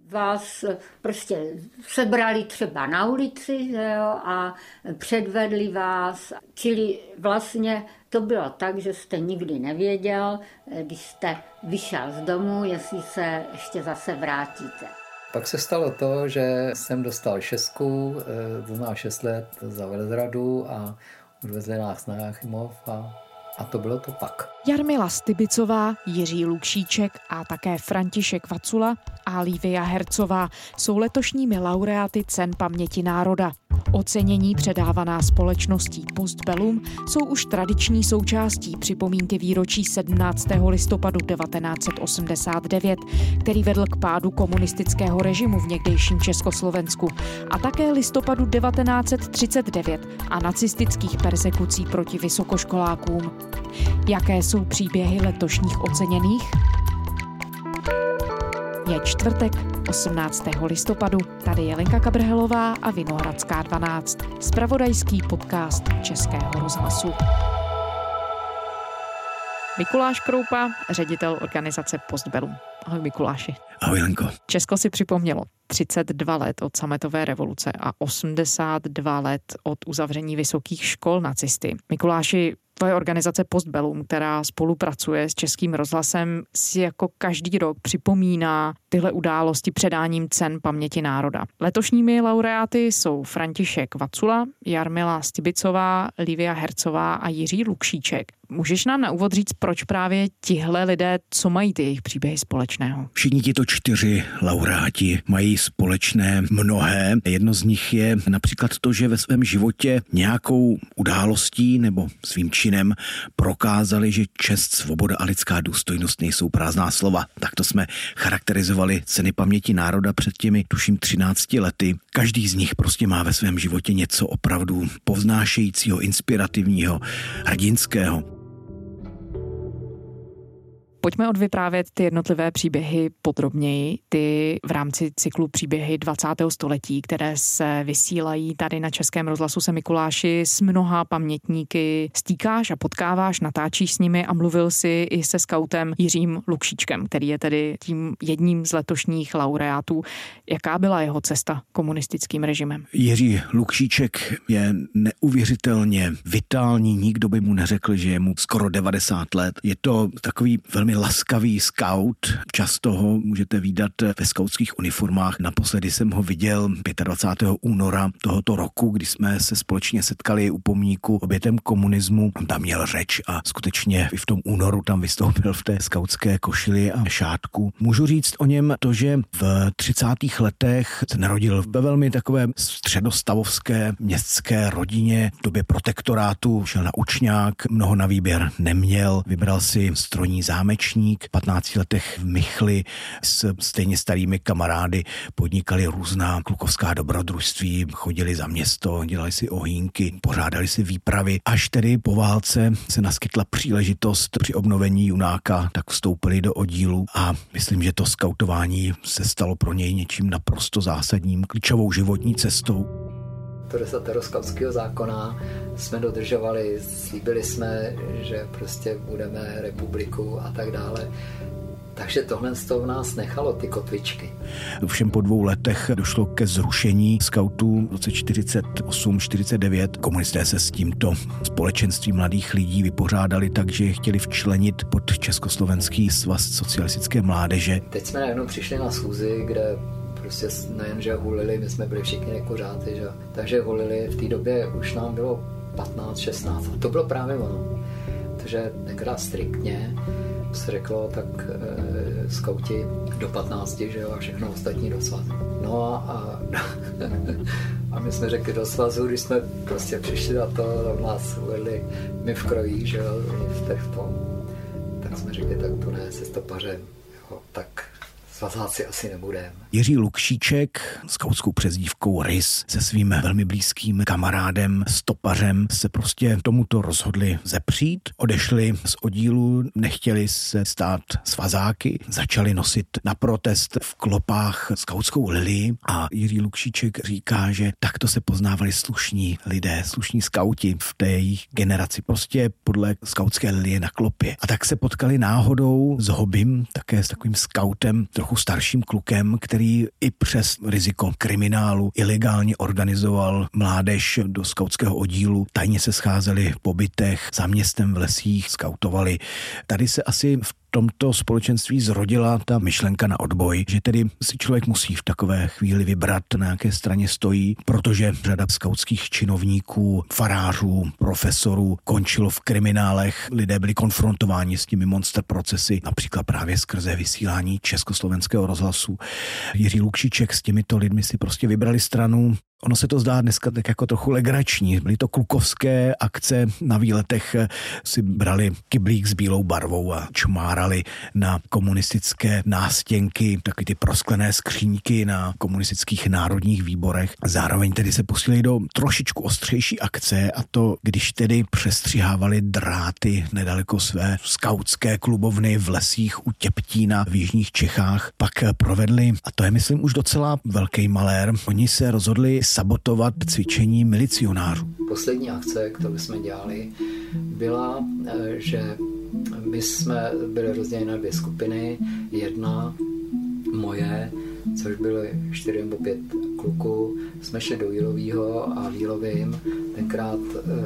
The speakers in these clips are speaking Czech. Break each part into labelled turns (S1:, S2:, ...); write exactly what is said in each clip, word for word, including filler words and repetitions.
S1: Vás prostě sebrali třeba na ulici, že jo, a předvedli vás, čili vlastně to bylo tak, že jste nikdy nevěděl, když jste vyšel z domu, jestli se ještě zase vrátíte.
S2: Pak se stalo to, že jsem dostal šestku, to znamená šest let za velezradu a odvezli nás na Jáchymov a, a to bylo to pak.
S3: Jarmila Stybicová, Jiří Lukšíček a také František Vacula a Lívia Hercová jsou letošními laureáty Cen paměti národa. Ocenění předávaná společností Postbellum jsou už tradiční součástí připomínky výročí sedmnáctého listopadu devatenáct set osmdesát devět, který vedl k pádu komunistického režimu v někdejším Československu, a také listopadu devatenáct set třicet devět a nacistických persekucí proti vysokoškolákům. Jaké jsou příběhy letošních oceněných? Je čtvrtek, osmnáctého listopadu. Tady je Lenka Kabrhelová a Vinohradská dvanáct, zpravodajský podcast Českého rozhlasu. Mikuláš Kroupa, ředitel organizace Postbellum. Ahoj Mikuláši.
S4: Ahoj Lenko.
S3: Česko si připomnělo třicet dva let od sametové revoluce a osmdesát dva let od uzavření vysokých škol nacisty. Mikuláši, tvoje organizace Postbellum, která spolupracuje s Českým rozhlasem, si jako každý rok připomíná tyhle události předáním Cen paměti národa. Letošními laureáty jsou František Vacula, Jarmila Stybicová, Lívia Hercová a Jiří Lukšíček. Můžeš nám na úvod říct, proč právě tihle lidé, co mají ty jejich příběhy společného?
S4: Všichni tito čtyři laureáti mají společné mnohé. Jedno z nich je například to, že ve svém životě nějakou událostí nebo svým činem prokázali, že čest, svoboda a lidská důstojnost nejsou prázdná slova. Takto jsme charakterizovali Ceny paměti národa před těmi, tuším, třinácti lety. Každý z nich prostě má ve svém životě něco opravdu povznášejícího, inspirativního, hrdinského.
S3: Pojďme odvyprávět ty jednotlivé příběhy podrobněji. Ty v rámci cyklu Příběhy dvacátého století, které se vysílají tady na Českém rozhlasu, se Mikuláši s mnoha pamětníky stýkáš a potkáváš, natáčíš s nimi a mluvil si i se skautem Jiřím Lukšíčkem, který je tedy tím jedním z letošních laureátů. Jaká byla jeho cesta komunistickým režimem?
S4: Jiří Lukšíček je neuvěřitelně vitální, nikdo by mu neřekl, že je mu skoro devadesát let. Je to takový velmi laskavý skaut, často ho můžete vidět ve skautských uniformách. Naposledy jsem ho viděl dvacátého pátého února tohoto roku, kdy jsme se společně setkali u pomníku obětem komunismu. On tam měl řeč a skutečně i v tom únoru tam vystoupil v té skautské košili a šátku. Můžu říct o něm to, že v třicátých letech se narodil ve velmi takové středostavovské městské rodině. V době protektorátu šel na učňák, mnoho na výběr neměl, vybral si strojní zámečník. V patnácti letech v Michli s stejně starými kamarády podnikali různá klukovská dobrodružství, chodili za město, dělali si ohýnky, pořádali si výpravy. Až tedy po válce se naskytla příležitost při obnovení Junáka, tak vstoupili do oddílu a myslím, že to skautování se stalo pro něj něčím naprosto zásadním, klíčovou životní cestou.
S2: To desatero skautského zákona jsme dodržovali, slíbili jsme, že prostě budeme republiku a tak dále. Takže tohle z toho v nás nechalo ty kotvičky.
S4: Všem po dvou letech došlo ke zrušení skautů v roce čtyřicet osm čtyřicet devět. Komunisté se s tímto společenstvím mladých lidí vypořádali tak, že je chtěli včlenit pod Československý svaz socialistické mládeže.
S2: Teď jsme najednou přišli na schůzi, kde prostě nejen, že hulili, my jsme byli všichni nekuřáci, že? Takže hulili, v té době už nám bylo patnáct šestnáct. A to bylo právě ono. Takže tenkrát striktně se řeklo, tak e, skauti do patnácti, že jo, a všechno ostatní do svazu. No a, a, a my jsme řekli do svazu, když jsme prostě přišli na to, tam nás uvedli my v krojích, že jo, v těch tom, tak jsme řekli, tak to ne, se stopařem, jo, tak svazáci asi nebudeme.
S4: Jiří Lukšíček, skautskou přezdívkou Rys, se svým velmi blízkým kamarádem, stopařem, se prostě tomuto rozhodli zepřít. Odešli z oddílu, nechtěli se stát svazáky, začali nosit na protest v klopách skautskou lilii a Jiří Lukšíček říká, že takto se poznávali slušní lidé, slušní skauti v té jejich generaci, prostě podle skautské lilie na klopě. A tak se potkali náhodou s Hobym, také s takovým skautem, trochu trochu starším klukem, který i přes riziko kriminálu ilegálně organizoval mládež do skautského oddílu. Tajně se scházeli v pobytech, za městem v lesích, skautovali. Tady se asi v tomto společenství zrodila ta myšlenka na odboj, že tedy si člověk musí v takové chvíli vybrat, na jaké straně stojí, protože řada skautských činovníků, farářů, profesorů končilo v kriminálech. Lidé byli konfrontováni s těmi monster procesy, například právě skrze vysílání Československého rozhlasu. Jiří Lukšiček s těmito lidmi si prostě vybrali stranu. Ono se to zdá dneska tak jako trochu legrační. Byly to klukovské akce, na výletech si brali kyblík s bílou barvou a čmárali na komunistické nástěnky, taky ty prosklené skříňky na komunistických národních výborech. Zároveň tedy se pustili do trošičku ostřejší akce, a to když tedy přestřihávali dráty nedaleko své skautské klubovny v lesích u Těptína v jižních Čechách. Pak provedli, a to je myslím už docela velký malér, oni se rozhodli sabotovat cvičení milicionářů.
S2: Poslední akce, kterou jsme dělali, byla, že my jsme byli rozděleni na dvě skupiny. Jedna moje, což byly čtyři nebo pět kluků, jsme šli do Jílovýho a v Jílovým tenkrát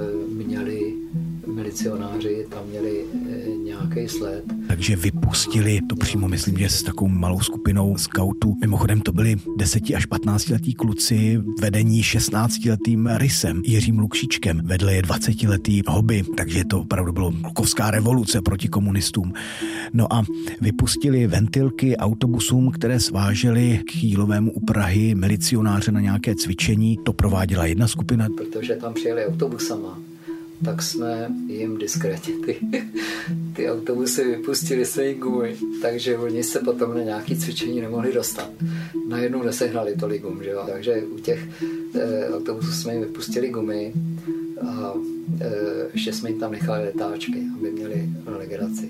S2: měli milicionáři, tam měli nějaký sled.
S4: Takže vypustili, to přímo myslím, že s takovou malou skupinou skautů. Mimochodem to byli deseti až patnáctiletí kluci vedení šestnáctiletým Rysem, Jiřím Lukšičkem. Vedle je dvacetiletý Hobby, takže to opravdu bylo klukovská revoluce proti komunistům. No a vypustili ventilky autobusům, které svážely k Jílovému u Prahy milicionáře na nějaké cvičení. To prováděla jedna skupina.
S2: Protože tam přijeli autobusama, tak jsme jim diskrétně ty, ty autobusy vypustili své gumy, takže oni se potom na nějaké cvičení nemohli dostat. Najednou nesehnali tolik gum, že jo? Takže u těch e, autobusů jsme jim vypustili gumy a e, ještě jsme jim tam nechali letáčky, aby měli legraci.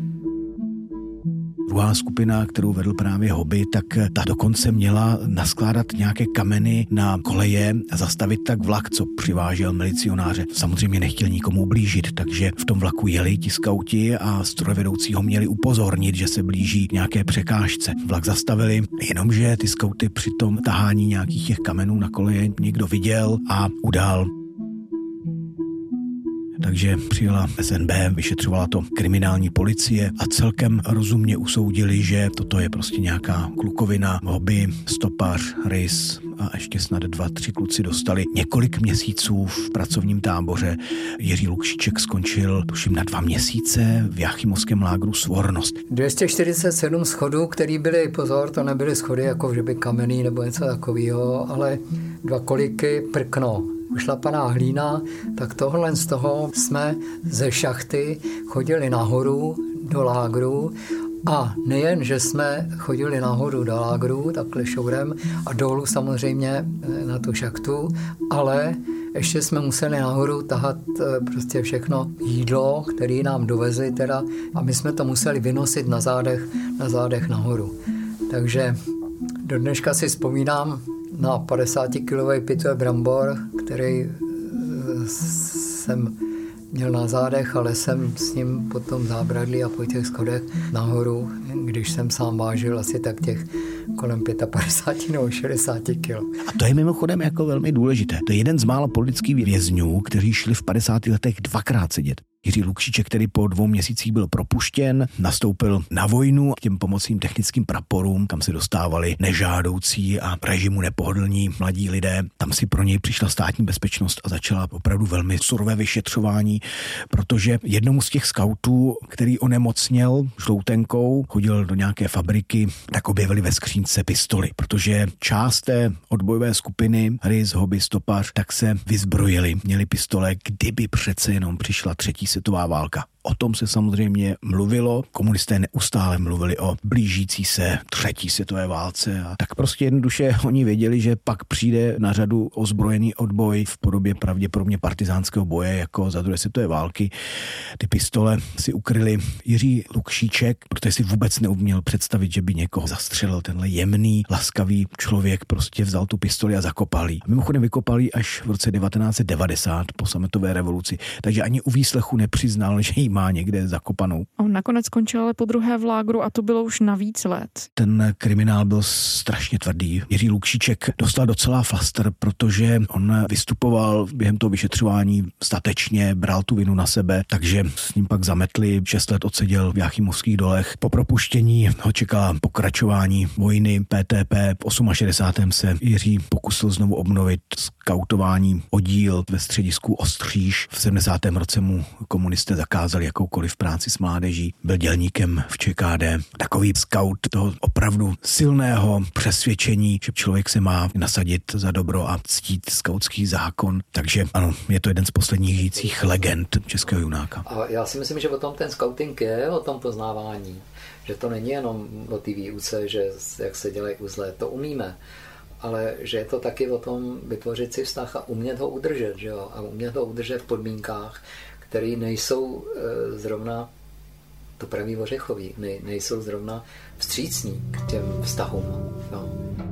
S4: Druhá skupina, kterou vedl právě Hobby, tak ta dokonce měla naskládat nějaké kameny na koleje a zastavit tak vlak, co přivážel milicionáře. Samozřejmě nechtěl nikomu ublížit, takže v tom vlaku jeli ti skauti a strojvedoucí ho měli upozornit, že se blíží nějaké překážce. Vlak zastavili, jenomže ty skauty při tom tahání nějakých těch kamenů na koleje někdo viděl a udál. Takže přijela S N B, vyšetřovala to kriminální policie a celkem rozumně usoudili, že toto je prostě nějaká klukovina. Hobby, Stopař, Rys a ještě snad dva, tři kluci dostali několik měsíců v pracovním táboře. Jiří Lukšiček skončil, tuším, na dva měsíce v Jáchymovském lágru Svornost.
S5: dvě stě čtyřicet sedm schodů, které byly, pozor, to nebyly schody jako že by kamenný nebo něco takového, ale dva koliky prkno. Ušlapaná hlína, tak tohle z toho jsme ze šachty chodili nahoru do lágru a nejen, že jsme chodili nahoru do lágru, takhle šourem a dolů samozřejmě na tu šachtu, ale ještě jsme museli nahoru tahat prostě všechno jídlo, které nám dovezli teda a my jsme to museli vynosit na zádech, na zádech nahoru. Takže do dneška si vzpomínám na padesátikilový pytel brambor, který jsem měl na zádech, ale jsem s ním po tom zábradlí a po těch schodech nahoru, když jsem sám vážil asi tak těch kolem padesát pět nebo šedesát kilo.
S4: A to je mimochodem jako velmi důležité. To je jeden z mála politických vězňů, kteří šli v padesátých letech dvakrát sedět. Jiří Lukšiček, který po dvou měsících byl propuštěn, nastoupil na vojnu k těm pomocným technickým praporům, kam se dostávali nežádoucí a režimu nepohodlní mladí lidé. Tam si pro něj přišla státní bezpečnost a začala opravdu velmi surové vyšetřování, protože jednomu z těch skautů, který onemocněl žloutenkou, chodil do nějaké fabriky, tak objevili ve skřínce pistoli, protože část té odbojové skupiny Rys, Hobby, Stopař, tak se vyzbrojili, měli pistole, kdyby přece jenom přišla třetí světová válka. O tom se samozřejmě mluvilo. Komunisté neustále mluvili o blížící se třetí světové válce. A tak prostě jednoduše oni věděli, že pak přijde na řadu ozbrojený odboj v podobě pravděpodobně partizánského boje jako za druhé světové války. Ty pistole si ukryli Jiří Lukšiček, protože si vůbec neuměl představit, že by někoho zastřelil. Tenhle jemný, laskavý člověk prostě vzal tu pistoli a zakopal ji. Mimochodem vykopal ji až v roce devatenáct set devadesát po sametové revoluci, takže ani u výslechu nepřiznal, že ji má někde zakopanou.
S3: On nakonec skončil ale po druhé v lágru a to bylo už na víc let.
S4: Ten kriminál byl strašně tvrdý. Jiří Lukšíček dostal docela flaster, protože on vystupoval během toho vyšetřování statečně, bral tu vinu na sebe, takže s ním pak zametli, šest let odseděl v Jáchymovských dolech. Po propuštění ho čekala pokračování vojny P T P. V šedesátém osmém se Jiří pokusil znovu obnovit skautování oddíl ve středisku Ostříž. V sedmdesátém roce mu komunisté zakázali jakoukoliv práci s mládeží. Byl dělníkem v Č K D. Takový skaut toho opravdu silného přesvědčení, že člověk se má nasadit za dobro a ctít skautský zákon. Takže ano, je to jeden z posledních žijících legend českého junáka.
S2: A já si myslím, že o tom ten skauting je, o tom poznávání. Že to není jenom o té výuce, že jak se dělají uzle, to umíme. Ale že je to taky o tom vytvořit si vztah a umět ho udržet, že jo? A umět ho udržet v podmínkách, které nejsou e, zrovna to pravý ořechový, ne, nejsou zrovna vstřícní k těm vztahům. No.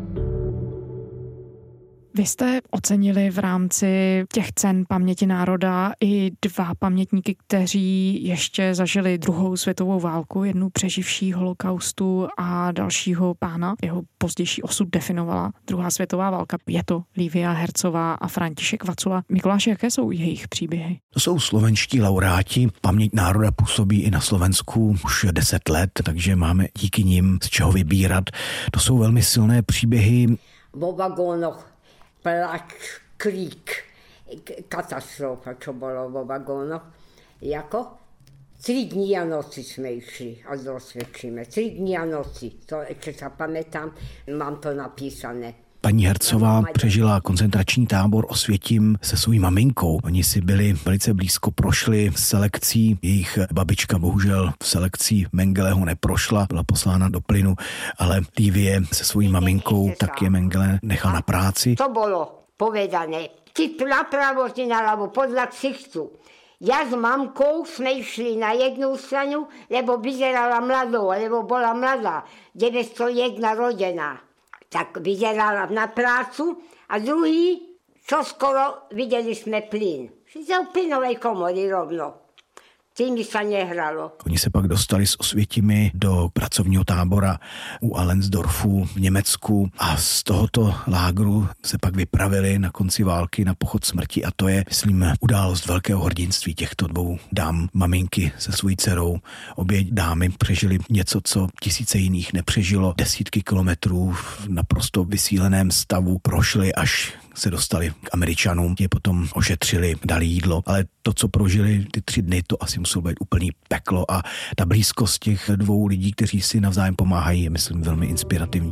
S3: Vy jste ocenili v rámci těch cen paměti národa i dva pamětníky, kteří ještě zažili druhou světovou válku, jednu přeživší holokaustu a dalšího pána. Jeho pozdější osud definovala druhá světová válka. Je to Lívia Hercová a František Vacula. Mikuláš, jaké jsou jejich příběhy?
S4: To jsou slovenští laureáti. Paměť národa působí i na Slovensku už deset let, takže máme díky nim z čeho vybírat. To jsou velmi silné příběhy.
S6: Vo vagónoch plač, krík, katastrofa, čo bolo vo vagónoch. Jako? Tri dní a noci jsme išli a dosvědčíme. Tri dní a noci, to ještě sa pamätám, mám to napísané.
S4: Paní Hercová přežila koncentrační tábor Osvětim se svou maminkou. Oni si byli velice blízko, prošli selekcí. Jejich babička bohužel v selekcí Mengeleho neprošla, byla poslána do plynu, ale Lívie se svou maminkou tak je Mengele nechal na práci.
S6: To bylo povedané. Ty napravo, ty naľavo, podľa ksichtu. Ja s mamkou sme išli na jednu stranu, lebo vyzerala mladou, lebo bola mladá, deväťsto jedna rodená. Tak vyzerala na prácu a druhý, čo skoro videli sme plyn. Za plynovej komory rovno. Tými sa nehralo.
S4: Oni se pak dostali s Osvětimi do pracovního tábora u Allensdorfu v Německu a z tohoto lágru se pak vypravili na konci války na pochod smrti a to je, myslím, událost velkého hrdinství těchto dvou dám, maminky se svojí dcerou. Obě dámy přežili něco, co tisíce jiných nepřežilo. Desítky kilometrů v naprosto vysíleném stavu prošli, až se dostali k Američanům, je potom ošetřili, dali jídlo, ale to, co prožili ty tři dny, to asi muselo být úplný peklo a ta blízkost těch dvou lidí, kteří si navzájem pomáhají, je, myslím, velmi inspirativní.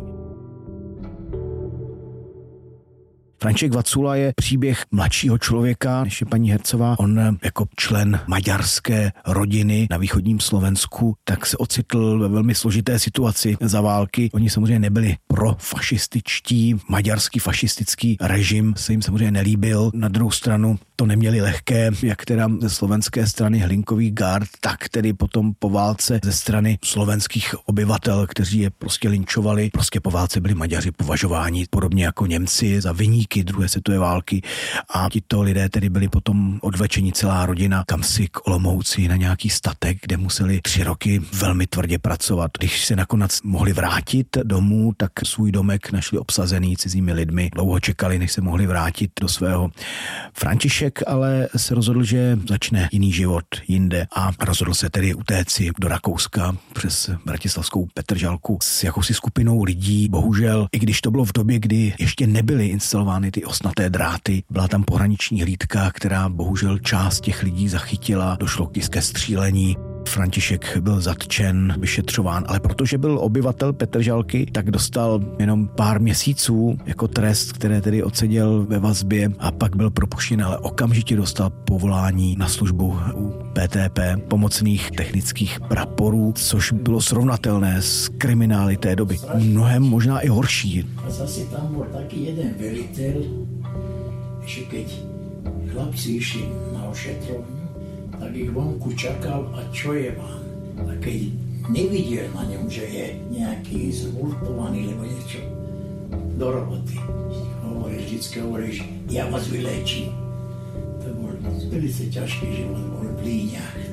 S4: František Vacula je příběh mladšího člověka, než je paní Hercová. On jako člen maďarské rodiny na východním Slovensku tak se ocitl ve velmi složité situaci za války. Oni samozřejmě nebyli profašističtí, maďarský fašistický režim se jim samozřejmě nelíbil. Na druhou stranu to neměli lehké, jak teda ze slovenské strany Hlinkový gard, tak tedy potom po válce ze strany slovenských obyvatel, kteří je prostě linčovali. Prostě po válce byli Maďaři považováni podobně jako Němci za viníky druhé světové války a tito lidé tedy byli potom odvlečeni celá rodina kamsi k Olomouci na nějaký statek, kde museli tři roky velmi tvrdě pracovat. Když se nakonec mohli vrátit domů, tak svůj domek našli obsazený cizími lidmi. Dlouho čekali, než se mohli vrátit do svého. František ale se rozhodl, že začne jiný život jinde a rozhodl se tedy utéci do Rakouska přes bratislavskou Petržalku s jakousi skupinou lidí. Bohužel, i když to bylo v době, kdy ještě nebyly instalovány ty osnaté dráty, byla tam pohraniční hlídka, která bohužel část těch lidí zachytila, došlo ke střílení. František byl zatčen, vyšetřován, ale protože byl obyvatel Petržalky, tak dostal jenom pár měsíců jako trest, které tedy odseděl ve vazbě a pak byl propuštěn, ale okamžitě dostal povolání na službu u P T P, pomocných technických praporů, což bylo srovnatelné s kriminály té doby. Mnohem možná i horší.
S7: A zase tam byl taky jeden velitel, že keď chlapci išli na ošetrovňu, tak ich vonku čakal, a čo je vám? A keď nevidel na ňom, že je nejaký zhurtovaný nebo niečo, do roboty. Hovorí, vždycky hovoríš, ja vás vylečím. To bol velice ťažký život, bol v Líňach, tam v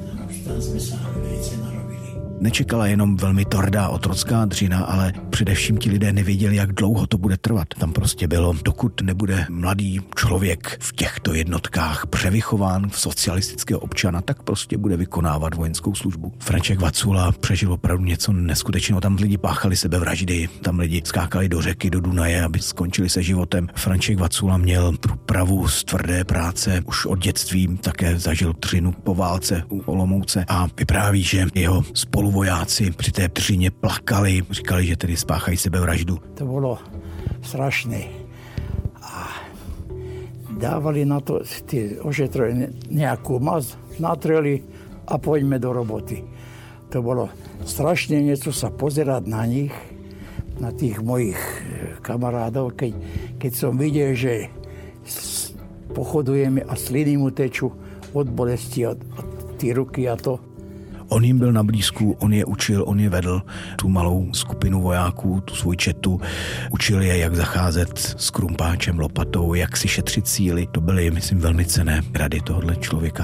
S7: tam jsme se velice narobili.
S4: Nečekala jenom velmi tvrdá otrocká dřina, ale především ti lidé nevěděli, jak dlouho to bude trvat. Tam prostě bylo, dokud nebude mladý člověk v těchto jednotkách převychován v socialistického občana, tak prostě bude vykonávat vojenskou službu. František Vacula přežil opravdu něco neskutečného. Tam lidi páchali sebevraždy, tam lidi skákali do řeky, do Dunaje, aby skončili se životem. František Vacula měl průpravu z tvrdé práce, už od dětství také zažil dřinu po válce u Olomouce a vypráví, že jeho spolu vojáci při té dřině plakali, říkali, že tedy spáchají sebevraždu.
S8: To bylo strašné. A dávali na to ty ošetřování nějakou maz, natreli a pojďme do roboty. To bylo strašné něco se pozerať na nich, na těch mojich kamarádov, keď, keď som viděl, že pochodujeme a sliny mu tečú od bolesti, od, od ty ruky a to.
S4: On jim byl na blízku, on je učil, on je vedl, tu malou skupinu vojáků, tu svou četu. Učil je, jak zacházet s krumpáčem, lopatou, jak si šetřit síly. To byly, myslím, velmi cenné rady tohohle člověka.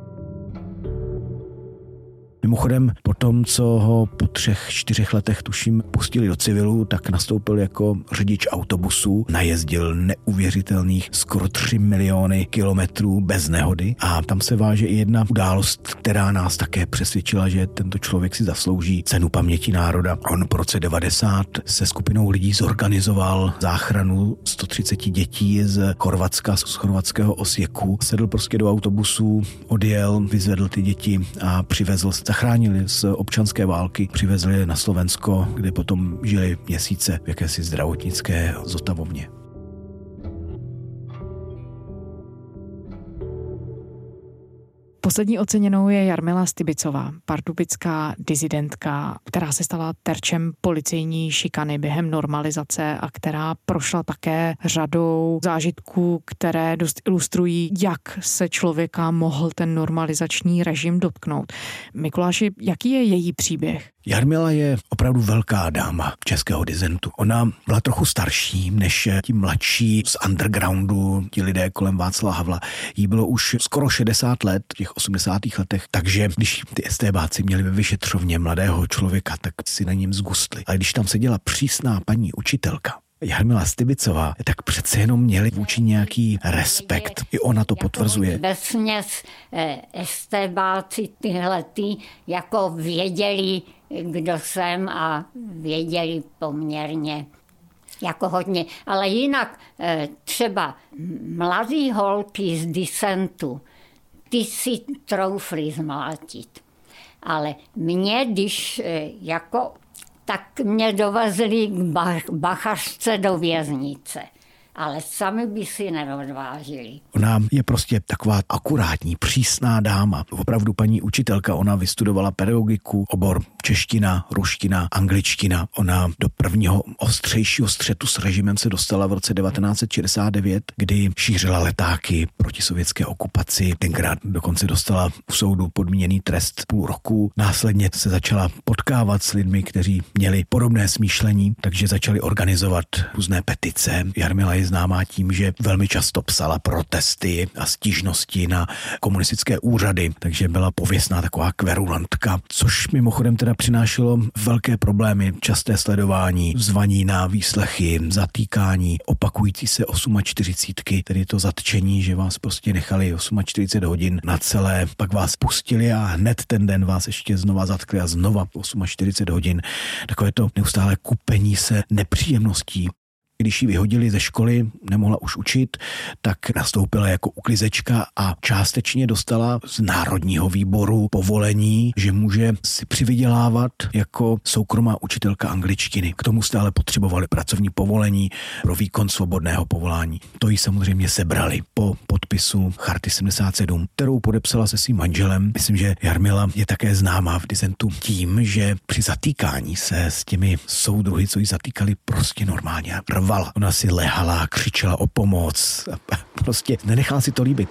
S4: Mimochodem, po tom, co ho po třech, čtyřech letech, tuším, pustili do civilu, tak nastoupil jako řidič autobusů, najezdil neuvěřitelných skoro tři miliony kilometrů bez nehody a tam se váže i jedna událost, která nás také přesvědčila, že tento člověk si zaslouží cenu paměti národa. On po roce devadesát se skupinou lidí zorganizoval záchranu sto třicet dětí z Chorvatska, z chorvatského Osjeku. Sedl prostě do autobusu, odjel, vyzvedl ty děti a přivezl zachránili z občanské války, přivezli je na Slovensko, kde potom žili měsíce v jakési zdravotnické zotavovně.
S3: Poslední oceněnou je Jarmila Stybicová, pardubická dizidentka, která se stala terčem policejní šikany během normalizace a která prošla také řadou zážitků, které dost ilustrují, jak se člověka mohl ten normalizační režim dotknout. Mikuláši, jaký je její příběh?
S4: Jarmila je opravdu velká dáma českého dizentu. Ona byla trochu starší než ti mladší z undergroundu, ti lidé kolem Václava Havla. Jí bylo už skoro šedesát let v těch osmdesátých letech, takže když ty estébáci měli ve vyšetřovně mladého člověka, tak si na něm zgustli. Ale když tam seděla přísná paní učitelka, Jarmila Stybicová, tak přece jenom měli vůči nějaký respekt. I ona to potvrzuje.
S1: Vesměs estébáci tyhlety jako věděli, kdo jsem a věděli poměrně jako hodně. Ale jinak třeba mladý holky z disentu, ty si troufli zmlátit. Ale mě, když jako tak mě dovezli k bachařce do věznice. Ale sami by si neodvážili.
S4: Ona je prostě taková akurátní, přísná dáma. Opravdu paní učitelka, ona vystudovala pedagogiku, obor čeština, ruština, angličtina. Ona do prvního ostřejšího střetu s režimem se dostala v roce devatenáct set šedesát devět, kdy šířila letáky proti sovětské okupaci. Tenkrát dokonce dostala u soudu podmíněný trest půl roku. Následně se začala potkávat s lidmi, kteří měli podobné smýšlení, takže začali organizovat různé petice. Jarmila je známá tím, že velmi často psala protesty a stížnosti na komunistické úřady, takže byla pověstná taková kverulantka, což mimochodem teda přinášelo velké problémy, časté sledování, zvaní na výslechy, zatýkání, opakující se čtyřicítky, tedy to zatčení, že vás prostě nechali čtyřicet osm hodin na celé, pak vás pustili a hned ten den vás ještě znova zatkli a znova čtyřicet osm hodin. Takové to neustále kupení se nepříjemností. Když ji vyhodili ze školy, nemohla už učit, tak nastoupila jako uklizečka a částečně dostala z Národního výboru povolení, že může si přivydělávat jako soukromá učitelka angličtiny. K tomu stále potřebovali pracovní povolení pro výkon svobodného povolání. To jí samozřejmě sebrali po podpisu Charty sedmdesát sedm, kterou podepsala se svým manželem. Myslím, že Jarmila je také známá v disentu tím, že při zatýkání se s těmi soudruhy, co jí zatýkali, prostě normálně rvala. Ona si lehala, křičela o pomoc. Prostě nenechala si to líbit.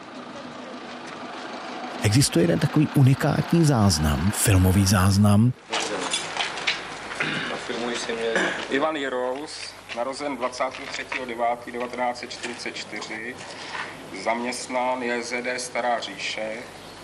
S4: Existuje jeden takový unikátní záznam, filmový záznam.
S9: Nafilmuji si mě. Ivan Jirous, narozen dvacátého třetího devátého devatenáct set čtyřicet čtyři, zaměstnán J Z D Stará Říše,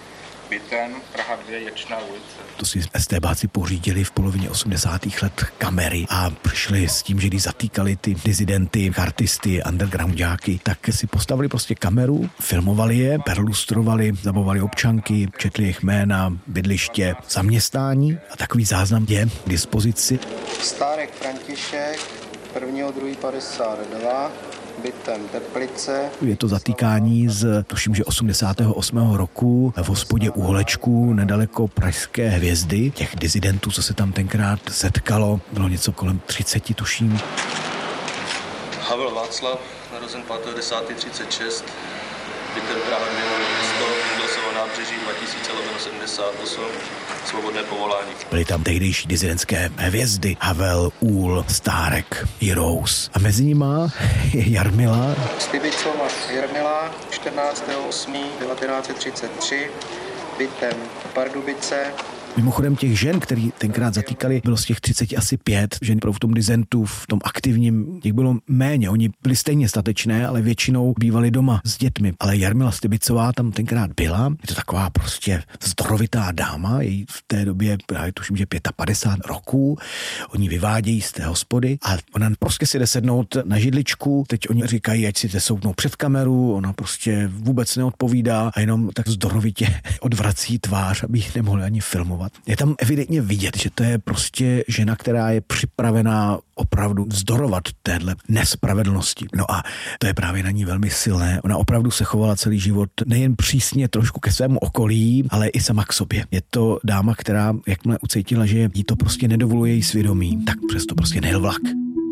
S9: bytem, Praha dva, Ječná ulice.
S4: To si estébáci pořídili v polovině osmdesátých let kamery a přišli s tím, že když zatýkali ty dizidenty, artisty, undergroundáky, tak si postavili prostě kameru, filmovali je, perlustrovali, zabavovali občanky, četli jejich jména, bydliště, zaměstnání a takový záznam je k dispozici.
S10: Stárek František, prvního druhý padesát dva, bytem Teplice.
S4: Je to zatýkání z, tuším, že osmdesátého osmého roku v hospodě u Holečků nedaleko Pražské Hvězdy. Těch dizidentů, co se tam tenkrát setkalo, bylo něco kolem třiceti, tuším.
S11: Havel Václav, narozen pátého desátého třicet šest, bytem Praha dva, město, Inglesovo nábřeží dva tisíce sedmdesát osm, svobodné povolání.
S4: Byly tam tehdejší dizidentské hvězdy, Havel, Úl, Stárek, Jirous. A mezi nima je Jarmila.
S10: Stybicova Jarmila, čtrnáctého osmého devatenáct set třicet tři, bytem Pardubice.
S4: Mimochodem těch žen, který tenkrát zatýkali, bylo z těch třiceti asi pět žen v tom dizentu, v tom aktivním, těch bylo méně. Oni byli stejně statečné, ale většinou bývali doma s dětmi. Ale Jarmila Stybicová tam tenkrát byla. Je to taková prostě zdorovitá dáma, její v té době právě tuším, že padesát pět roků. Oni vyvádějí z té hospody a ona prostě si jde sednout na židličku. Teď oni říkají, ať si sesoudnou před kameru, ona prostě vůbec neodpovídá a jenom tak zdorovitě odvrací tvář, aby ji nemohli ani filmovat. Je tam evidentně vidět, že to je prostě žena, která je připravená opravdu vzdorovat téhle nespravedlnosti. No a to je právě na ní velmi silné. Ona opravdu se chovala celý život nejen přísně trošku ke svému okolí, ale i sama k sobě. Je to dáma, která jakmile ucítila, že jí to prostě nedovoluje její svědomí, tak přesto prostě nejel vlak.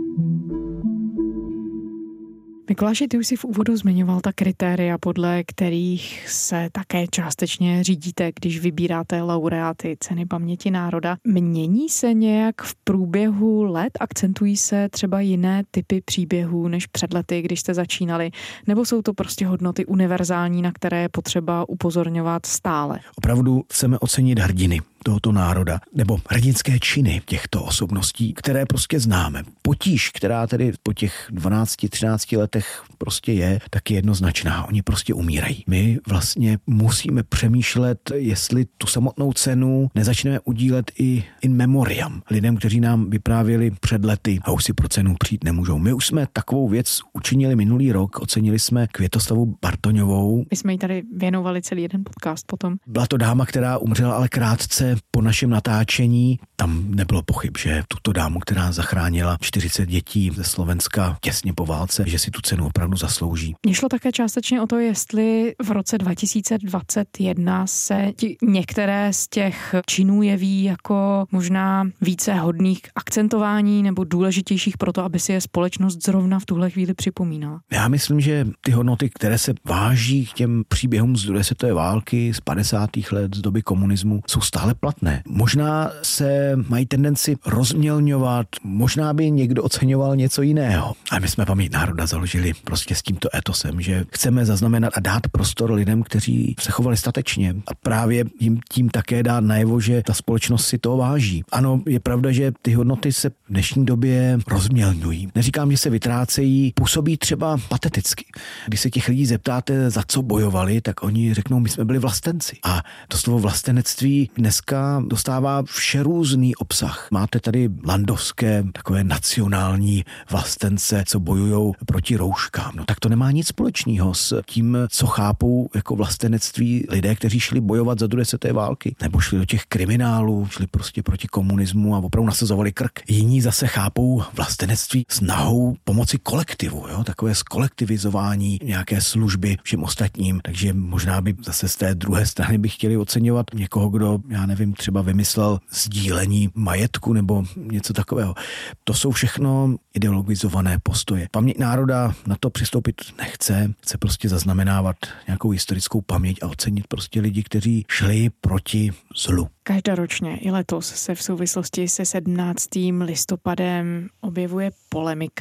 S3: Mikuláši, ty už si v úvodu zmiňoval ta kritéria, podle kterých se také částečně řídíte, když vybíráte laureáty Ceny paměti národa. Mění se nějak v průběhu let? Akcentují se třeba jiné typy příběhů než před lety, když jste začínali? Nebo jsou to prostě hodnoty univerzální, na které je potřeba upozorňovat stále?
S4: Opravdu chceme ocenit hrdiny tohoto národa, nebo hrdinské činy těchto osobností, které prostě známe. Potíž, která tedy po těch dvanácti třinácti letech prostě je, tak je jednoznačná. Oni prostě umírají. My vlastně musíme přemýšlet, jestli tu samotnou cenu nezačneme udílet i in memoriam lidem, kteří nám vyprávěli před lety a už si pro cenu přijít nemůžou. My už jsme takovou věc učinili minulý rok, ocenili jsme Květoslavu Bartoňovou.
S3: My jsme jí tady věnovali celý jeden podcast potom.
S4: Byla to dáma, která umřela ale krátce po našem natáčení. Tam nebylo pochyb, že tuto dámu, která zachránila čtyřicet dětí ze Slovenska těsně po válce, že si tu cenu opravdu zaslouží.
S3: Mně šlo také částečně o to, jestli v roce dva tisíce dvacet jedna se ti některé z těch činů jeví jako možná více hodných akcentování nebo důležitějších pro to, aby si je společnost zrovna v tuhle chvíli připomínala.
S4: Já myslím, že ty hodnoty, které se váží k těm příběhům z druhé světové války, z padesátých let, z doby komunismu, jsou stále platné. Možná se mají tendenci rozmělňovat, možná by někdo oceňoval něco jiného. A my jsme paměť národa založili prostě s tímto etosem, že chceme zaznamenat a dát prostor lidem, kteří se chovali statečně a právě jim tím také dát najevo, že ta společnost si toho váží. Ano, je pravda, že ty hodnoty se v dnešní době rozmělňují. Neříkám, že se vytrácejí, působí třeba pateticky. Když se těch lidí zeptáte, za co bojovali, tak oni řeknou, my jsme byli vlastenci. A to slovo vlastenectví dneska dostává všerůzný obsah. Máte tady landovské, takové nacionální vlastence, co bojujou proti rouškám. No tak to nemá nic společného s tím, co chápou jako vlastenectví lidé, kteří šli bojovat za druhé světové války, nebo šli do těch kriminálů, šli prostě proti komunismu a opravdu nasazovali krk. Jiní zase chápou vlastenectví snahou pomoci kolektivu, jo? Takové zkolektivizování nějaké služby všem ostatním. Takže možná by zase z té druhé strany by chtěli oceňovat někoho, kdo, já nevím, třeba vymyslel sdílení majetku nebo něco takového. To jsou všechno ideologizované postoje. Paměť národa na to přistoupit nechce, chce prostě zaznamenávat nějakou historickou paměť a ocenit prostě lidi, kteří šli proti zlu.
S3: Každoročně i letos se v souvislosti se sedmnáctým listopadem objevuje polemika,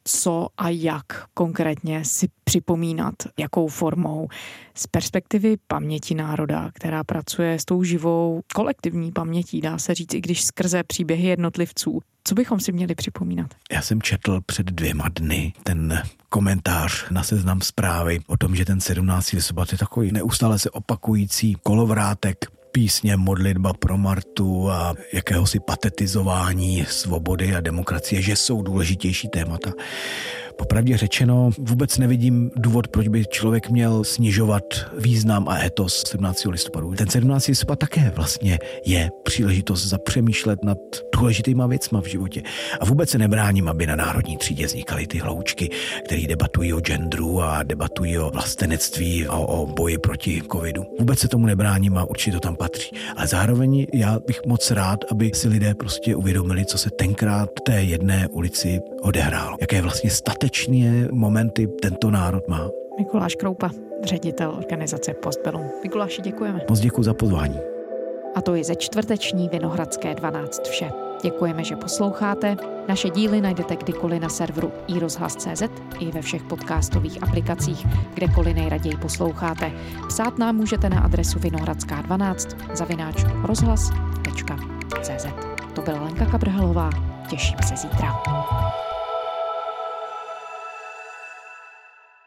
S3: co a jak konkrétně si připomínat, jakou formou. Z perspektivy paměti národa, která pracuje s tou živou kolektivní pamětí, dá se říct, i když skrze příběhy jednotlivců. Co bychom si měli připomínat?
S4: Já jsem četl před dvěma dny ten komentář na Seznam Zprávy o tom, že ten sedmnáctý listopad je takový neustále se opakující kolovrátek písně, modlitba pro Martu a jakéhosi patetizování svobody a demokracie, že jsou důležitější témata. Popravdě řečeno, vůbec nevidím důvod, proč by člověk měl snižovat význam a etos sedmnáctého listopadu. Ten sedmnáctý listopad také vlastně je příležitost zapřemýšlet nad důležitýma věcma v životě. A vůbec se nebráním, aby na národní třídě vznikaly ty hloučky, které debatují o genderu a debatují o vlastenectví a o boji proti covidu. Vůbec se tomu nebráním a určitě to tam patří. Ale zároveň já bych moc rád, aby si lidé prostě uvědomili, co se tenkrát v té jedné ulici odehrálo. Jaké vlastně statečné momenty tento národ má.
S3: Mikuláš Kroupa, ředitel organizace Postbellum. Mikuláši, děkujeme.
S4: Moc děkuji za pozvání.
S3: A to je ze čtvrteční Vinohradské dvanáct vše. Děkujeme, že posloucháte. Naše díly najdete kdykoliv na serveru i rozhlas tečka cé zet i ve všech podcastových aplikacích, kdekoliv nejraději posloucháte. Psát nám můžete na adresu vinohradská dvanáct zavináč rozhlas tečka cé zet. To byla Lenka Kabrhalová. Těším se zítra.